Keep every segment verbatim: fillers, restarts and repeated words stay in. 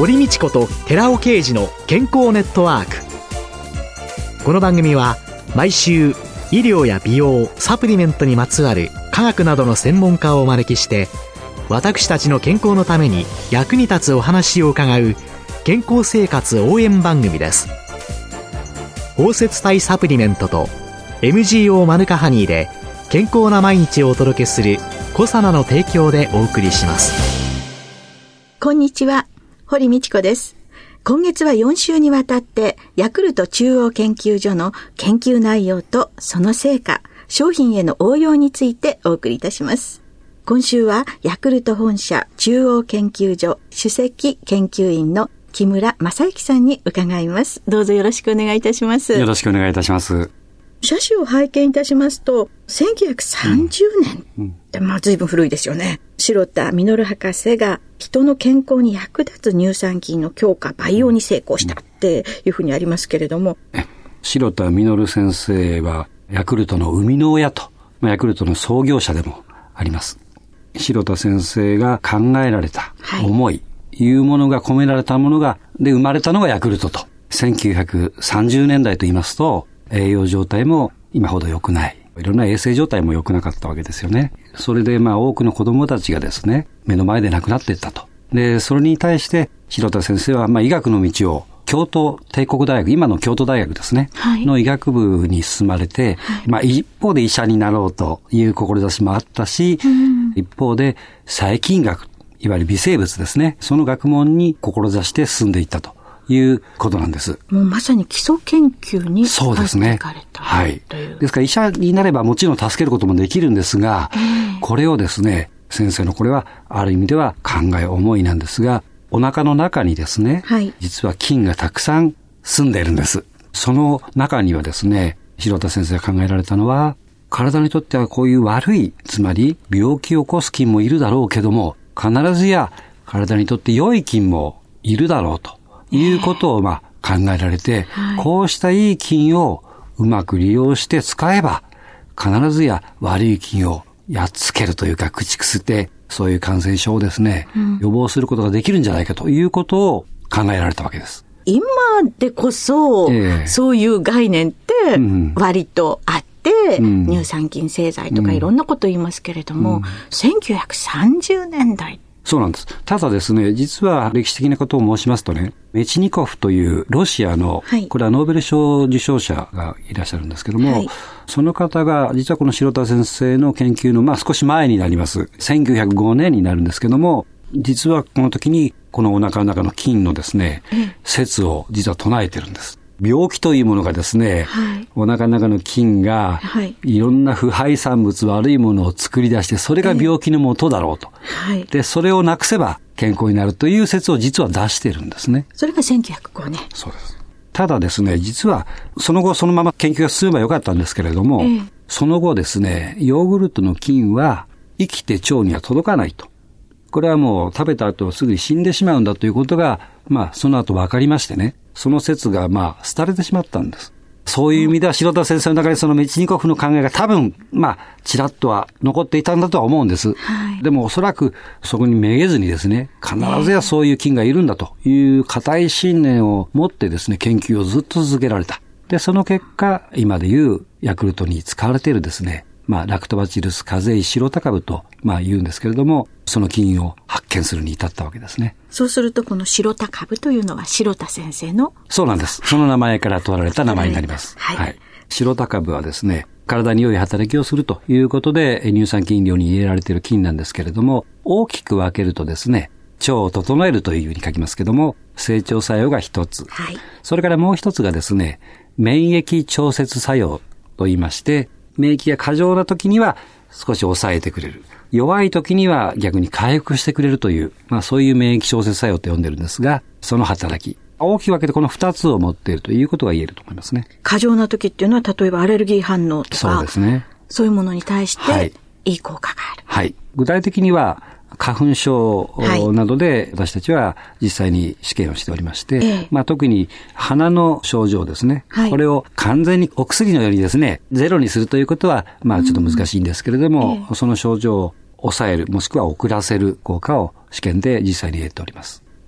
堀道子と寺尾啓二の健康ネットワーク。この番組は毎週医療や美容、サプリメントにまつわる科学などの専門家をお招きして、私たちの健康のために役に立つお話を伺う健康生活応援番組です。包摂体サプリメントと エムジーオー マヌカハニーで健康な毎日をお届けするコサナの提供でお送りします。 こんにちは、堀道子です。今月はよん週にわたってヤクルト中央研究所の研究内容とその成果、商品への応用についてお送りいたします。今週はヤクルト本社中央研究所首席研究員の木村正幸さんに伺います。どうぞよろしくお願いいたします。 よろしくお願いいたします。 写真を拝見いたしますとせんきゅうひゃくさんじゅうねんって、うん、まあ随分古いですよね。白田稔博士が人の健康に役立つ乳酸菌の強化培養に成功したっていうふうにありますけれども、 うん、白田稔先生はヤクルトの生みの親と、まあ、ヤクルトの創業者でもあります。白田先生が考えられた思い、はい、いうものが込められたものがで生まれたのがヤクルトと。せんきゅうひゃくさんじゅうねんだいと言いますと栄養状態も今ほど良くない。いろんな衛生状態も良くなかったわけですよね。それでまあ多くの子供たちがですね、目の前で亡くなっていったと。で、それに対して白田先生はまあ医学の道を京都帝国大学、今の京都大学ですね、はい、の医学部に進まれて、はい、まあ一方で医者になろうという志もあったし、うん、一方で細菌学、いわゆる微生物ですね、その学問に志して進んでいったということなんです。 もうまさに基礎研究に入っていかれた。 はい。ですから医者になればもちろん助けることもできるんですが、これをですね、先生のこれはある意味では考え思いなんですが、お腹の中にですね、はい、実は菌がたくさん住んでいるんです。その中にはですね、白田先生が考えられたのは、体にとってはこういう悪い、つまり病気を起こす菌もいるだろうけども、必ずや体にとって良い菌もいるだろうということをまあ考えられて、はい、こうしたいい菌をうまく利用して使えば、必ずや悪い菌をやっつけるというか駆逐して、そういう感染症をですね、うん、予防することができるんじゃないかということを考えられたわけです。 今でこそ、えー、そういう概念って割とあって、うん、乳酸菌製剤とかいろんなこと言いますけれども、うん、せんきゅうひゃくさんじゅうねんだい。 そうなんです。ただですね、実は歴史的なことを申しますとね、メチニコフというロシアの、はい、これはノーベル賞受賞者がいらっしゃるんですけども、はい、その方が実はこの白田先生の研究のまあ少し前になります。せんきゅうひゃくごねんになるんですけども、実はこの時にこのお腹の中の菌のですね、説を実は唱えてるんです。病気というものがですね、はい、お腹の中の菌が、はい、いろんな腐敗産物悪いものを作り出して、それが病気の元だろうと、はい、でそれをなくせば健康になるという説を実は出しているんですね。 それがせんきゅうひゃくごねん。 そうです。ただですね、実はその後そのまま研究が進めばよかったんですけれども、えー、その後ですね、ヨーグルトの菌は生きて腸には届かないと。これはもう食べた後すぐに死んでしまうんだということが、まあその後分かりましてね、その説がまあ廃れてしまったんです。そういう意味では白田先生の中でそのメチニコフの考えが多分まあちらっとは残っていたんだとは思うんです、はい、でもおそらくそこにめげずにですね、必ずやそういう菌がいるんだという固い信念を持ってですね、研究をずっと続けられた。でその結果、今でいうヤクルトに使われているですね、まあ、ラクトバチルスカゼイシロタ株と、まあ、言うんですけれども、その菌を発見するに至ったわけですね。 そうすると、このシロタ株というのは白田先生の？ そうなんです。その名前から取られた名前になります。はい。はい。シロタ株はですね、体に良い働きをするということで、乳酸菌量に入れられている菌なんですけれども、大きく分けるとですね、腸を整えるというふうに書きますけども、整腸作用が一つ。はい。それからもう一つがですね、免疫調節作用と言いまして、免疫が過剰な時には少し抑えてくれる。弱い時には逆に回復してくれるという、まあそういう免疫調節作用と呼んでるんですが、その働き。大きく分けてこの二つを持っているということが言えると思いますね。 過剰な時っていうのは例えばアレルギー反応とか。 そうですね。 そういうものに対していい効果がある。 はい。はい、具体的には花粉症などで私たちは実際に試験をしておりまして、はい、まあ特に鼻の症状ですね、はい、これを完全にお薬のようにですねゼロにするということはまあちょっと難しいんですけれども、うん、その症状を抑えるもしくは遅らせる効果を試験で実際に得ております。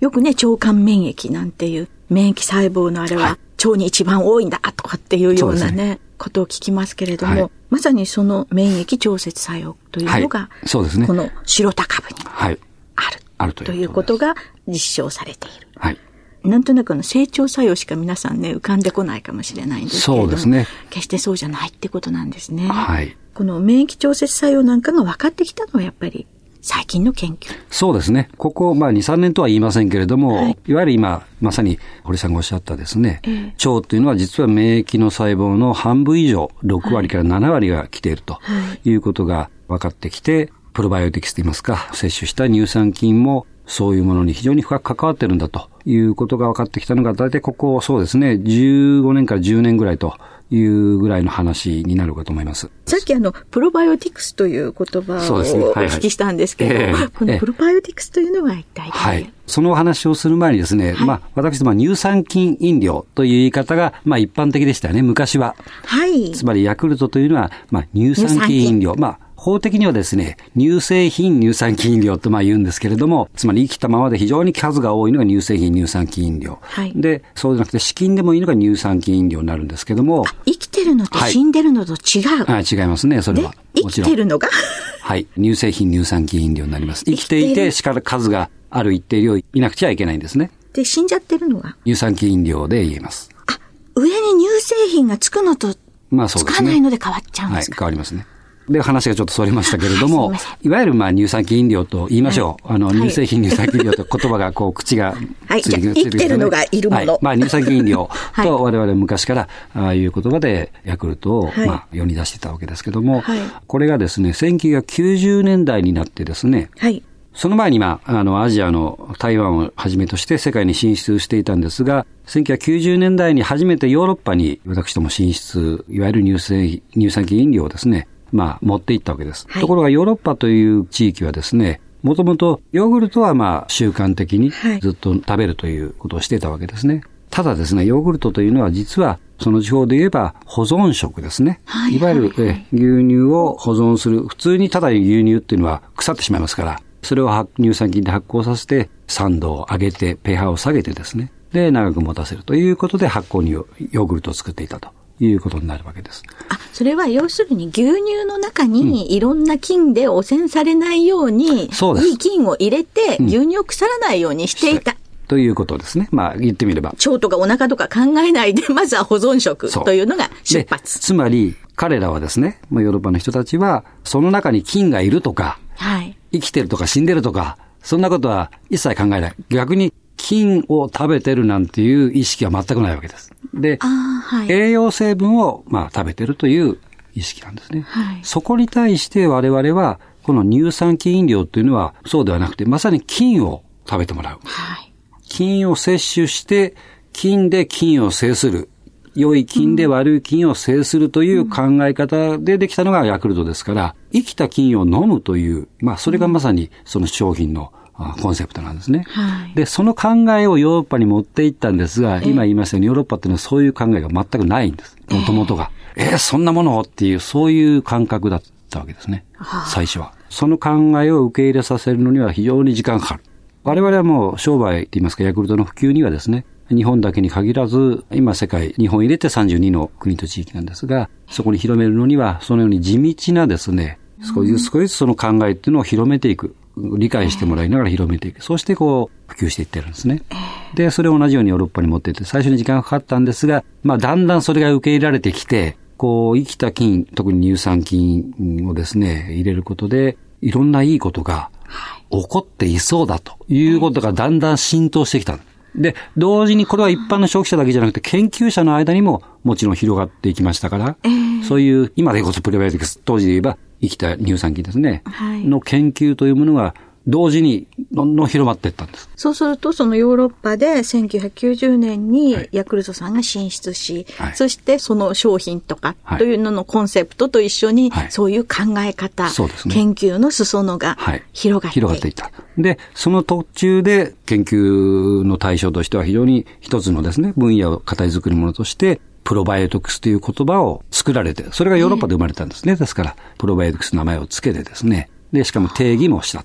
よくね、腸管免疫なんていう免疫細胞のあれは腸に一番多いんだとかっていうようなね、ねことを聞きますけれども、はい、まさにその免疫調節作用というのが、はい、そうですね、この白田株にある、はい、あるということが実証されている。はい、なんとなくの成長作用しか皆さんね浮かんでこないかもしれないんですけれども、そうですね、決してそうじゃないってことなんですね。はい、この免疫調節作用なんかが分かってきたのはやっぱり最近の研究。 そうですね。ここ、まあ、に、さんねんとは言いませんけれども、はい、いわゆる今、まさに堀さんがおっしゃったですね、えー、腸というのは実は免疫の細胞の半分以上、ろくわりからななわりが来ているということが分かってきて、プロバイオティクスといいますか、摂取した乳酸菌もそういうものに非常に深く関わっているんだということが分かってきたのが、大体ここ、そうですね、じゅうごねんからじゅうねんぐらいというぐらいの話になるかと思います。 さっきあの、プロバイオティクスという言葉をお聞きしたんですけど、ねはいはい、このプロバイオティクスというのは一体、えー、はい。 そのお話をする前にですね、はい、まあ、私ども乳酸菌飲料という言い方が、まあ、一般的でしたよね、昔は。はい。つまり、ヤクルトというのは、まあ、乳酸菌飲料。まあ法的にはですね、乳製品乳酸菌飲料とまあ言うんですけれども、つまり生きたままで非常に数が多いのが乳製品乳酸菌飲料。はい、で、そうじゃなくて死菌でもいいのが乳酸菌飲料になるんですけども。 生きてるのと死んでるのと違う。 はい、あ違いますね、それは。 生きてるのがはい、乳製品乳酸菌飲料になります。生きていて、しかる数がある一定量いなくちゃいけないんですね。 で、死んじゃってるのは乳酸菌飲料で言えます。 あ、上に乳製品がつくのと、まあそうですね。つかないので変わっちゃうんですか。 はい、変わりますね。で、話がちょっとそれましたけれども、はい、いわゆるまあ乳酸菌飲料と言いましょう。はい、あの、乳製品乳酸菌飲料と言葉がこう、口がついてくる、 はい、生きてるのがいるもの。はい、 まあ乳酸菌飲料と我々昔からああいう言葉でヤクルトを、はい、まあ世に出していたわけですけども、はい、これがですね、せんきゅうひゃくきゅうじゅうねんだいになってですね、はい、その前にまあ、あの、アジアの台湾をはじめとして世界に進出していたんですが、せんきゅうひゃくきゅうじゅうねんだいに初めてヨーロッパに私ども進出、いわゆる乳製乳酸菌飲料をですね、まあ、持っていったわけです。はい、ところがヨーロッパという地域はですね、もともとヨーグルトはまあ習慣的にずっと食べるということをしていたわけですね。はい、ただですね、ヨーグルトというのは実はその地方で言えば保存食ですね。はい、いわゆるえ牛乳を保存する。普通にただ牛乳っていうのは腐ってしまいますから、それを乳酸菌で発酵させて酸度を上げて pH を下げてですね、で長く持たせるということで発酵乳ヨーグルトを作っていたということになるわけです。 あ、それは要するに牛乳の中にいろんな菌で汚染されないように、うん、いい菌を入れて牛乳を腐らないようにしていた。うん、 ということですね。まあ言ってみれば。 腸とかお腹とか考えないで、まずは保存食というのが出発。 つまり彼らはですね、ヨーロッパの人たちはその中に菌がいるとか、はい、生きてるとか死んでるとか、そんなことは一切考えない。逆に菌を食べてるなんていう意識は全くないわけです。で、はい、栄養成分をまあ食べてるという意識なんですね。はい、そこに対して我々はこの乳酸菌飲料というのはそうではなくて、まさに菌を食べてもらう。はい、菌を摂取して菌で菌を制する。良い菌で悪い菌を制するという考え方でできたのがヤクルトですから、生きた菌を飲むという、まあそれがまさにその商品のコンセプトなんですね。はい、で、その考えをヨーロッパに持っていったんですが、今言いましたようにヨーロッパっていうのはそういう考えが全くないんです。もともとが。えー、えー、そんなものっていう、そういう感覚だったわけですね。最初は。その考えを受け入れさせるのには非常に時間がかかる。我々はもう商売といいますか、ヤクルトの普及にはですね、日本だけに限らず、今世界、日本入れてさんじゅうにの国と地域なんですが、そこに広めるのには、そのように地道なですね、少しずつ少しずつその考えっていうのを広めていく。理解してもらいながら広めていく。そしてこう、普及していってるんですね。で、それを同じようにヨーロッパに持っていって、最初に時間がかかったんですが、まあ、だんだんそれが受け入れられてきて、こう、生きた菌、特に乳酸菌をですね、入れることで、いろんないいことが起こっていそうだということがだんだん浸透してきた。で、同時にこれは一般の消費者だけじゃなくて研究者の間にももちろん広がっていきましたから、えー、そういう今でこそプレバイオティクス、当時で言えば生きた乳酸菌ですね、はい、の研究というものが同時にどんどん広まっていったんです。 そうするとそのヨーロッパでせんきゅうひゃくきゅうじゅうねんにヤクルトさんが進出し、はい、そしてその商品とかというののコンセプトと一緒にそういう考え方、はいね、研究の裾野が広がっていった。広がっていった。 で、その途中で研究の対象としては非常に一つのですね、分野を形作るものとしてプロバイオティクスという言葉を作られて、それがヨーロッパで生まれたんですね。ですからプロバイオティクスの名前をつけてですね、でしかも定義もしたと。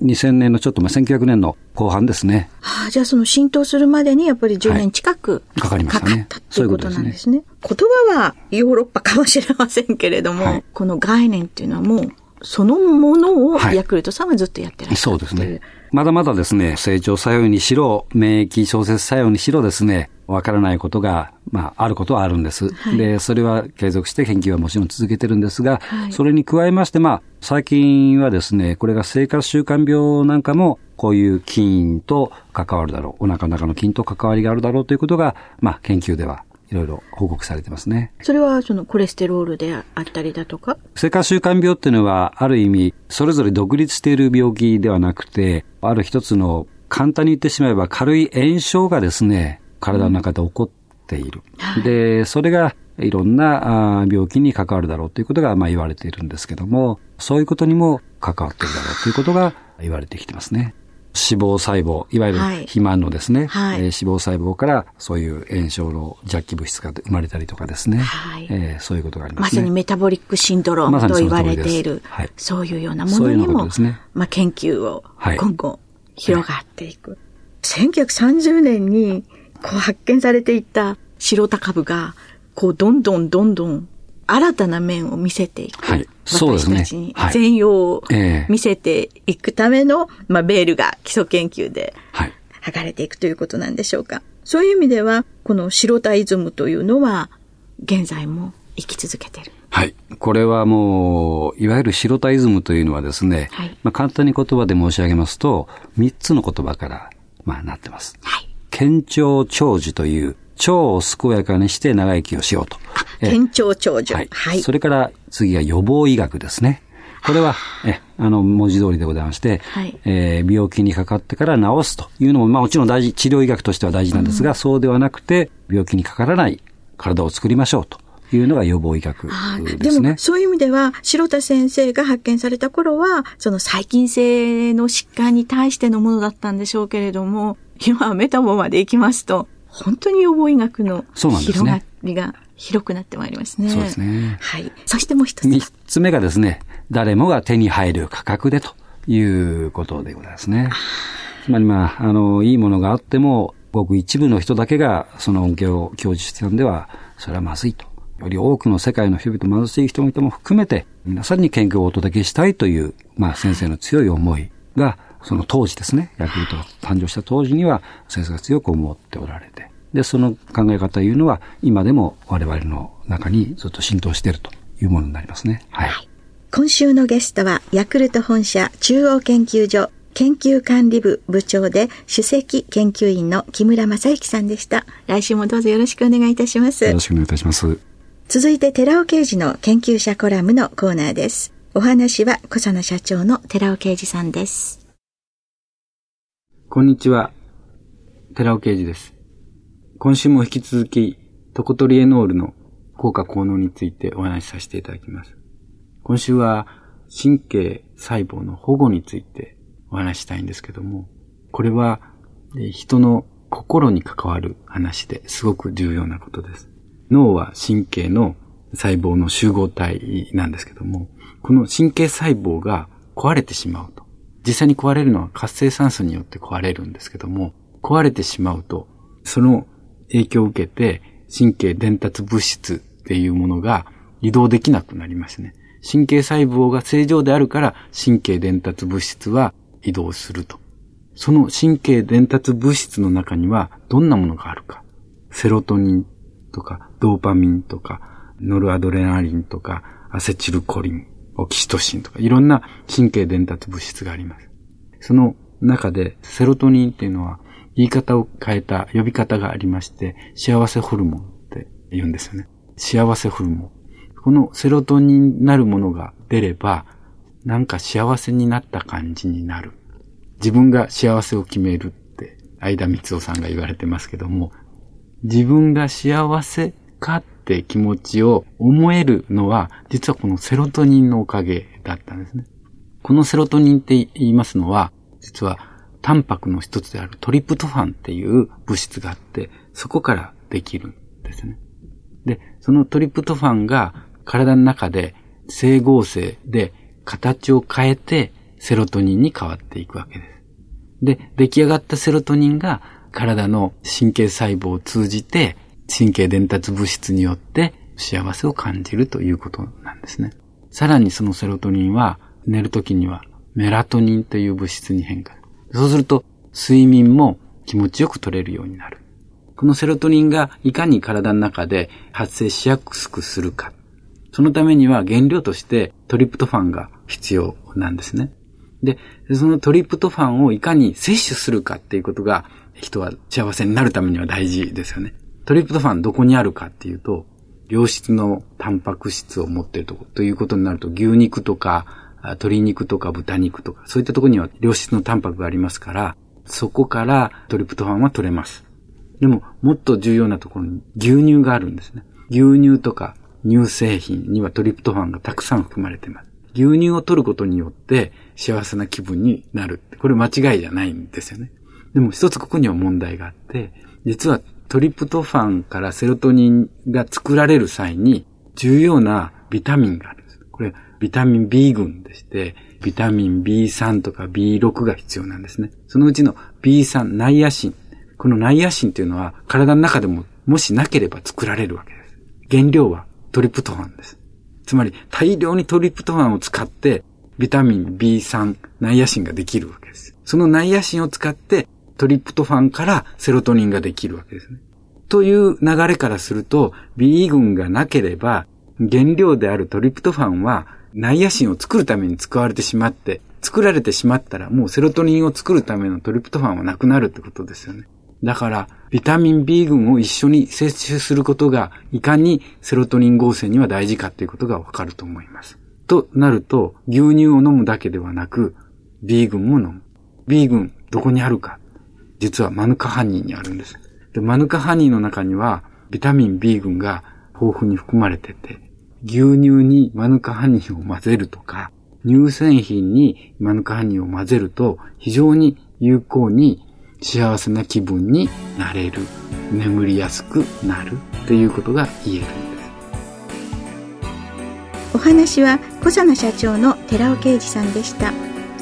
にせんねんのちょっと、まあ、せんきゅうひゃくねんの後半ですね。 はあ、じゃあその浸透するまでにやっぱりじゅうねん近く、はい、 かかりましたね。 かかったっていうことなんですね。言葉はヨーロッパかもしれませんけれども、はい、この概念っていうのはもうそのものをヤクルトさんはずっとやってらっしゃる、はい、そうですね。 まだまだですね、成長作用にしろ、免疫調節作用にしろですね、わからないことが、まあ、あることはあるんです。はい、で、それは継続して研究はもちろん続けてるんですが、はい、それに加えまして、まあ、最近はですね、これが生活習慣病なんかも、こういう菌と関わるだろう、お腹の中の菌と関わりがあるだろうということが、まあ、研究ではいろいろ報告されてますね。 それはそのコレステロールであったりだとか、 生活習慣病っていうのはある意味それぞれ独立している病気ではなくて、ある一つの簡単に言ってしまえば軽い炎症がですね、体の中で起こっている。うん、で、それがいろんな病気に関わるだろうということがまあ言われているんですけども、そういうことにも関わっているだろうということが言われてきてますね。脂肪細胞、いわゆる肥満のですね、はい、えー、脂肪細胞からそういう炎症の弱気物質が生まれたりとかですね、はい、えー、そういうことがありますね。 まさにメタボリックシンドロームと言われている、はい、そういうようなものにも、ね、まあ、研究を今後広がっていく。はい、せんきゅうひゃくさんじゅうねんにこう発見されていった白田株がこうどんどんどんどん新たな面を見せていく。はい、そうですね。私たちに全容を見せていくための、まあ、ベールが基礎研究で剥がれていくということなんでしょうか。そういう意味では、この白田イズムというのは、現在も生き続けている。 はい。これはもう、いわゆる白田イズムというのはですね、はい、まあ、簡単に言葉で申し上げますと、三つの言葉から、まあ、なってます。はい。健長長寿という、腸を健やかにして長生きをしようと。 健長長寿。 はい。はい。それから次は予防医学ですね。これは、え、あの、文字通りでございまして、はい、えー、病気にかかってから治すというのも、まあもちろん大事、治療医学としては大事なんですが、うん、そうではなくて、病気にかからない体を作りましょうというのが予防医学ですね。 でも、そういう意味では、白田先生が発見された頃は、その細菌性の疾患に対してのものだったんでしょうけれども、今はメタボまで行きますと、本当に予防医学の広がりが広くなってまいりますね。 そうですね。 はい。そしてもう一つ。 三つ目がですね、誰もが手に入る価格でということでございますね。つまりまあ、あの、いいものがあっても、ごく一部の人だけがその恩恵を享受してたんでは、それはまずいと。より多くの世界の人々、貧しい人々も含めて、皆さんに健康をお届けしたいという、まあ先生の強い思いが、その当時ですね、ヤクルトが誕生した当時には先生が強く思っておられて、で、その考え方というのは今でも我々の中にずっと浸透しているというものになりますね。はい。はい、 今週のゲストはヤクルト本社中央研究所研究管理部部長で首席研究員の木村正幸さんでした。来週もどうぞよろしくお願いいたします。 よろしくお願いいたします。 続いて寺尾啓二の研究者コラムのコーナーです。お話は小佐野社長の寺尾啓二さんです。 こんにちは。寺尾啓二です。今週も引き続きトコトリエノールの効果効能についてお話しさせていただきます。今週は神経細胞の保護についてお話ししたいんですけども、これは人の心に関わる話ですごく重要なことです。脳は神経の細胞の集合体なんですけども、この神経細胞が壊れてしまうと。実際に壊れるのは活性酸素によって壊れるんですけども、壊れてしまうと、その影響を受けて神経伝達物質っていうものが移動できなくなりますね。神経細胞が正常であるから神経伝達物質は移動すると。その神経伝達物質の中にはどんなものがあるか。セロトニンとかドーパミンとかノルアドレナリンとかアセチルコリン、オキシトシンとかいろんな神経伝達物質があります。その中でセロトニンっていうのは言い方を変えた呼び方がありまして、幸せホルモンって言うんですよね。幸せホルモン。このセロトニンなるものが出れば、なんか幸せになった感じになる。自分が幸せを決めるって相田光夫さんが言われてますけども、自分が幸せかって気持ちを思えるのは、実はこのセロトニンのおかげだったんですね。このセロトニンって言いますのは、実はタンパクの一つであるトリプトファンっていう物質があって、そこからできるんですね。で、そのトリプトファンが体の中で整合性で形を変えてセロトニンに変わっていくわけです。で、出来上がったセロトニンが体の神経細胞を通じて神経伝達物質によって幸せを感じるということなんですね。さらにそのセロトニンは寝るときにはメラトニンという物質に変化。そうすると睡眠も気持ちよく取れるようになる。このセロトニンがいかに体の中で発生しやすくするか。そのためには原料としてトリプトファンが必要なんですね。で、そのトリプトファンをいかに摂取するかっていうことが人は幸せになるためには大事ですよね。トリプトファンどこにあるかっていうと、良質のタンパク質を持っているところということになると、牛肉とか鶏肉とか豚肉とかそういったところには良質のタンパクがありますから、そこからトリプトファンは取れます。でももっと重要なところに牛乳があるんですね。牛乳とか乳製品にはトリプトファンがたくさん含まれています。牛乳を取ることによって幸せな気分になる。これ間違いじゃないんですよね。でも一つここには問題があって、実はトリプトファンからセロトニンが作られる際に重要なビタミンがあるんです。これビタミン B 群でして、ビタミン ビースリー とか ビーシックス が必要なんですね。そのうちの ビースリー、ナイアシン。このナイアシンというのは体の中でももしなければ作られるわけです。原料はトリプトファンです。つまり大量にトリプトファンを使ってビタミン ビースリー、ナイアシンができるわけです。そのナイアシンを使ってトリプトファンからセロトニンができるわけですね。という流れからすると B 群がなければ原料であるトリプトファンはナイアシンを作るために使われてしまって作られてしまったらもうセロトニンを作るためのトリプトファンはなくなるってことですよね。だからビタミン B 群を一緒に摂取することがいかにセロトニン合成には大事かということがわかると思います。となると牛乳を飲むだけではなく B 群も飲む。B 群どこにあるか。実はマヌカハニーにあるんです。で、マヌカハニーの中にはビタミン B 群が豊富に含まれてて、牛乳にマヌカハニーを混ぜるとか、乳製品にマヌカハニーを混ぜると非常に有効に幸せな気分になれる、眠りやすくなるということが言えるんです。 お話は小佐野社長の寺尾啓二さんでした。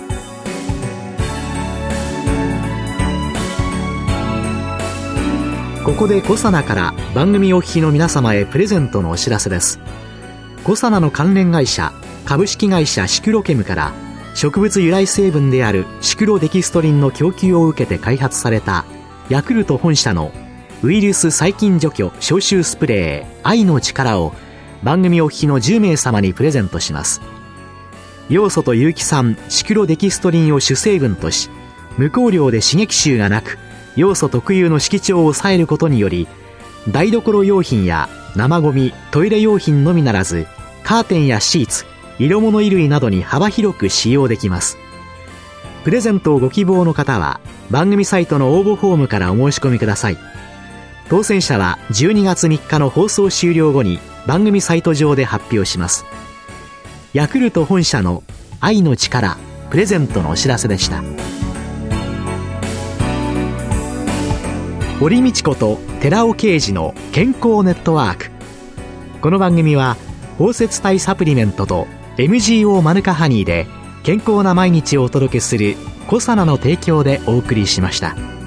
ここでコサナから番組お聞きの皆様へプレゼントのお知らせです。コサナの関連会社株式会社シクロケムから植物由来成分であるシクロデキストリンの供給を受けて開発されたヤクルト本社のウイルス細菌除去消臭スプレー愛の力を番組お聞きのじゅうめい様にプレゼントします。ヨウ素と有機酸シクロデキストリンを主成分とし、無香料で刺激臭がなくヨウ素特有の色調を抑えることにより、台所用品や生ゴミトイレ用品のみならずカーテンやシーツ色物衣類などに幅広く使用できます。プレゼントをご希望の方は番組サイトの応募フォームからお申し込みください。当選者はじゅうにがつみっかの放送終了後に番組サイト上で発表します。ヤクルト本社の愛の力プレゼントのお知らせでした。堀道子と寺尾啓二の健康ネットワーク。この番組は包摂体サプリメントと エムジーオー マヌカハニーで健康な毎日をお届けするコサナの提供でお送りしました。